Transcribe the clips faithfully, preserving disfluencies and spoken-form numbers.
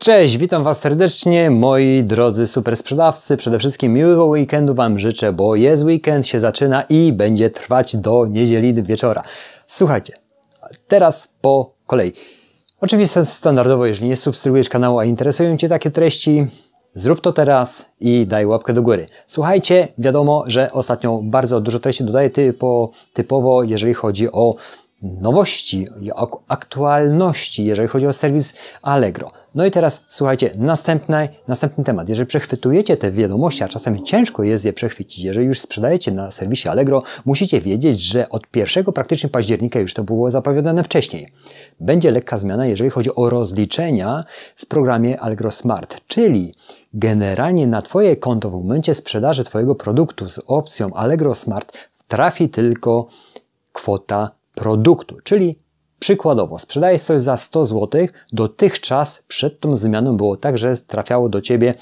Cześć, witam Was serdecznie, moi drodzy super sprzedawcy. Przede wszystkim miłego weekendu Wam życzę, bo jest weekend, się zaczyna i będzie trwać do niedzieli wieczora. Słuchajcie, teraz po kolei. Oczywiście standardowo, jeżeli nie subskrybujesz kanału, a interesują Cię takie treści, zrób to teraz i daj łapkę do góry. Słuchajcie, wiadomo, że ostatnio bardzo dużo treści dodaję typo, typowo, jeżeli chodzi o nowości, o aktualności, jeżeli chodzi o serwis Allegro. No i teraz słuchajcie, następny, następny temat. Jeżeli przechwytujecie te wiadomości, a czasami ciężko jest je przechwycić, jeżeli już sprzedajecie na serwisie Allegro, musicie wiedzieć, że od pierwszego praktycznie października, już to było zapowiadane wcześniej, będzie lekka zmiana, jeżeli chodzi o rozliczenia w programie Allegro Smart, czyli generalnie na Twoje konto w momencie sprzedaży Twojego produktu z opcją Allegro Smart trafi tylko kwota produktu, czyli przykładowo sprzedajesz coś za sto złotych, dotychczas przed tą zmianą było tak, że trafiało do Ciebie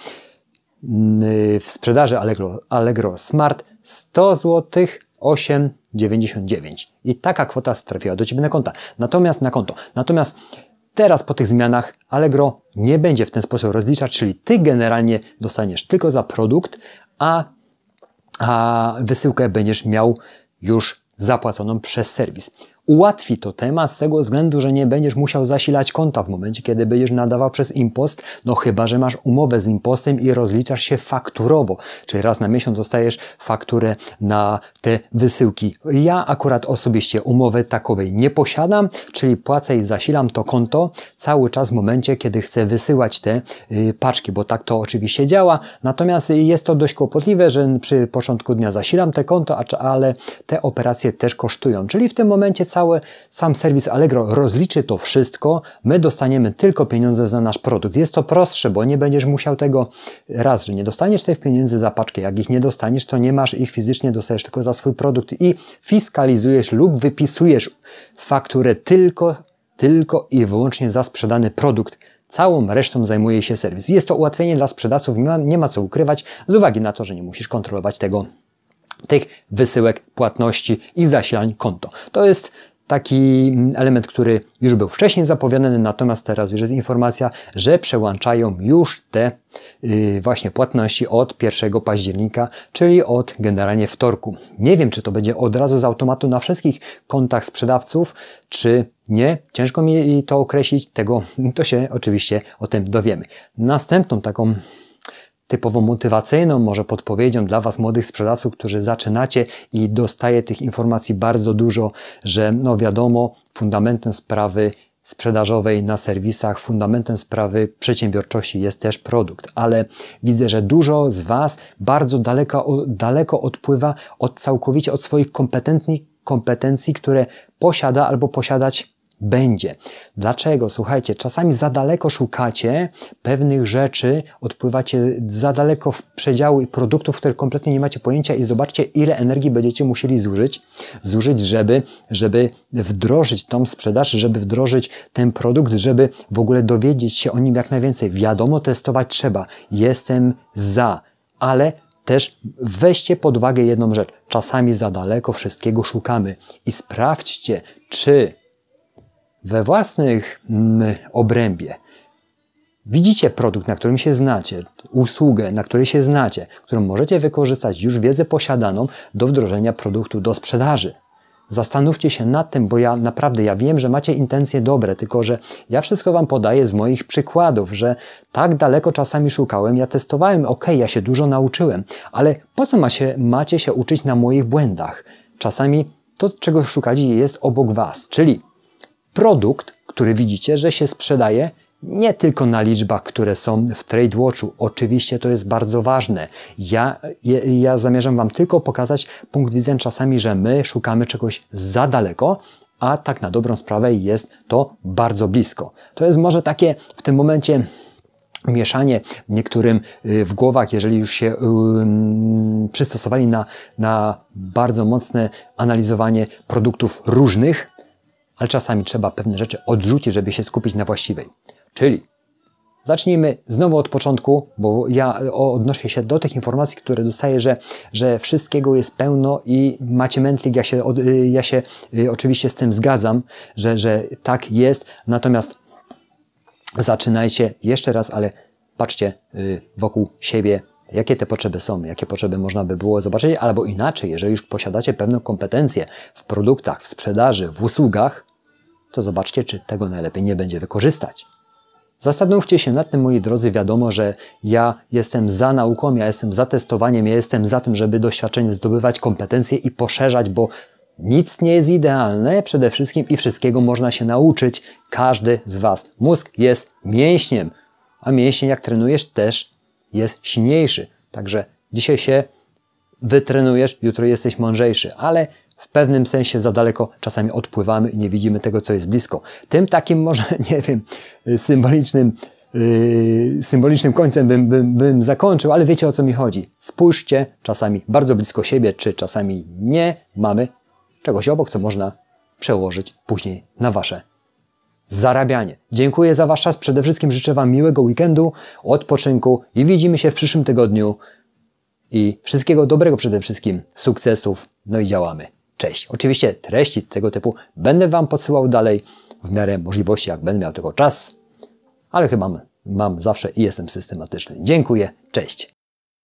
w sprzedaży Allegro, Allegro Smart sto złotych osiem dziewięćdziesiąt dziewięć i taka kwota trafiła do Ciebie na konta. Natomiast na konto. Natomiast teraz po tych zmianach Allegro nie będzie w ten sposób rozliczać, czyli Ty generalnie dostaniesz tylko za produkt, a, a wysyłkę będziesz miał już zapłaconą przez serwis. Ułatwi to temat z tego względu, że nie będziesz musiał zasilać konta w momencie, kiedy będziesz nadawał przez Impost, no chyba że masz umowę z Impostem i rozliczasz się fakturowo, czyli raz na miesiąc dostajesz fakturę na te wysyłki. Ja akurat osobiście umowy takowej nie posiadam, czyli płacę i zasilam to konto cały czas w momencie, kiedy chcę wysyłać te yy, paczki, bo tak to oczywiście działa, natomiast jest to dość kłopotliwe, że przy początku dnia zasilam te konto, ale te operacje też kosztują, czyli w tym momencie cały Cały, sam serwis Allegro rozliczy to wszystko, my dostaniemy tylko pieniądze za nasz produkt. Jest to prostsze, bo nie będziesz musiał tego, raz, że nie dostaniesz tych pieniędzy za paczkę, jak ich nie dostaniesz, to nie masz ich fizycznie, dostajesz tylko za swój produkt i fiskalizujesz lub wypisujesz fakturę tylko, tylko i wyłącznie za sprzedany produkt. Całą resztą zajmuje się serwis. Jest to ułatwienie dla sprzedawców, nie ma, nie ma co ukrywać, z uwagi na to, że nie musisz kontrolować tego tych wysyłek, płatności i zasilań konto. To jest taki element, który już był wcześniej zapowiadany, natomiast teraz już jest informacja, że przełączają już te yy, właśnie płatności od pierwszego października, czyli od generalnie wtorku. Nie wiem, czy to będzie od razu z automatu na wszystkich kontach sprzedawców, czy nie. Ciężko mi to określić, tego to się oczywiście o tym dowiemy. Następną taką typowo motywacyjną, może podpowiedzią dla Was, młodych sprzedawców, którzy zaczynacie i dostaje tych informacji bardzo dużo, że no wiadomo, fundamentem sprawy sprzedażowej na serwisach, fundamentem sprawy przedsiębiorczości jest też produkt, ale widzę, że dużo z Was bardzo daleko, daleko odpływa od całkowicie od swoich kompetencji, kompetencji, które posiada albo posiadać będzie. Dlaczego? Słuchajcie, czasami za daleko szukacie pewnych rzeczy, odpływacie za daleko w przedziały produktów, które kompletnie nie macie pojęcia i zobaczcie, ile energii będziecie musieli zużyć, zużyć, żeby, żeby wdrożyć tą sprzedaż, żeby wdrożyć ten produkt, żeby w ogóle dowiedzieć się o nim jak najwięcej. Wiadomo, testować trzeba. Jestem za, ale też weźcie pod uwagę jedną rzecz. Czasami za daleko wszystkiego szukamy i sprawdźcie, czy we własnych mm, obrębie widzicie produkt, na którym się znacie, usługę, na której się znacie, którą możecie wykorzystać już wiedzę posiadaną do wdrożenia produktu do sprzedaży. Zastanówcie się nad tym, bo ja naprawdę, ja wiem, że macie intencje dobre, tylko że ja wszystko Wam podaję z moich przykładów, że tak daleko czasami szukałem, ja testowałem, ok, ja się dużo nauczyłem, ale po co ma się, macie się uczyć na moich błędach? Czasami to, czego szukacie, jest obok Was, czyli produkt, który widzicie, że się sprzedaje nie tylko na liczbach, które są w TradeWatchu. Oczywiście to jest bardzo ważne. Ja, ja, ja zamierzam Wam tylko pokazać punkt widzenia czasami, że my szukamy czegoś za daleko, a tak na dobrą sprawę jest to bardzo blisko. To jest może takie w tym momencie mieszanie niektórym w głowach, jeżeli już się um, przystosowali na, na bardzo mocne analizowanie produktów różnych, ale czasami trzeba pewne rzeczy odrzucić, żeby się skupić na właściwej. Czyli zacznijmy znowu od początku, bo ja odnoszę się do tych informacji, które dostaję, że, że wszystkiego jest pełno i macie mętlik, ja się, ja się oczywiście z tym zgadzam, że, że tak jest, natomiast zaczynajcie jeszcze raz, ale patrzcie yy, wokół siebie, jakie te potrzeby są, jakie potrzeby można by było zobaczyć, albo inaczej, jeżeli już posiadacie pewną kompetencję w produktach, w sprzedaży, w usługach, to zobaczcie, czy tego najlepiej nie będzie wykorzystać. Zastanówcie się nad tym, moi drodzy. Wiadomo, że ja jestem za nauką, ja jestem za testowaniem, ja jestem za tym, żeby doświadczenie zdobywać, kompetencje i poszerzać, bo nic nie jest idealne przede wszystkim i wszystkiego można się nauczyć, każdy z Was. Mózg jest mięśniem, a mięsień jak trenujesz też jest silniejszy. Także dzisiaj się wytrenujesz, jutro jesteś mądrzejszy, ale w pewnym sensie za daleko czasami odpływamy i nie widzimy tego, co jest blisko. Tym takim może, nie wiem, symbolicznym, yy, symbolicznym końcem bym, bym, bym zakończył, ale wiecie, o co mi chodzi. Spójrzcie czasami bardzo blisko siebie, czy czasami nie mamy czegoś obok, co można przełożyć później na Wasze zarabianie. Dziękuję za Wasz czas. Przede wszystkim życzę Wam miłego weekendu, odpoczynku i widzimy się w przyszłym tygodniu. I wszystkiego dobrego przede wszystkim, sukcesów, no i działamy. Cześć. Oczywiście treści tego typu będę Wam podsyłał dalej w miarę możliwości, jak będę miał tego czas, ale chyba mam, mam zawsze i jestem systematyczny. Dziękuję. Cześć.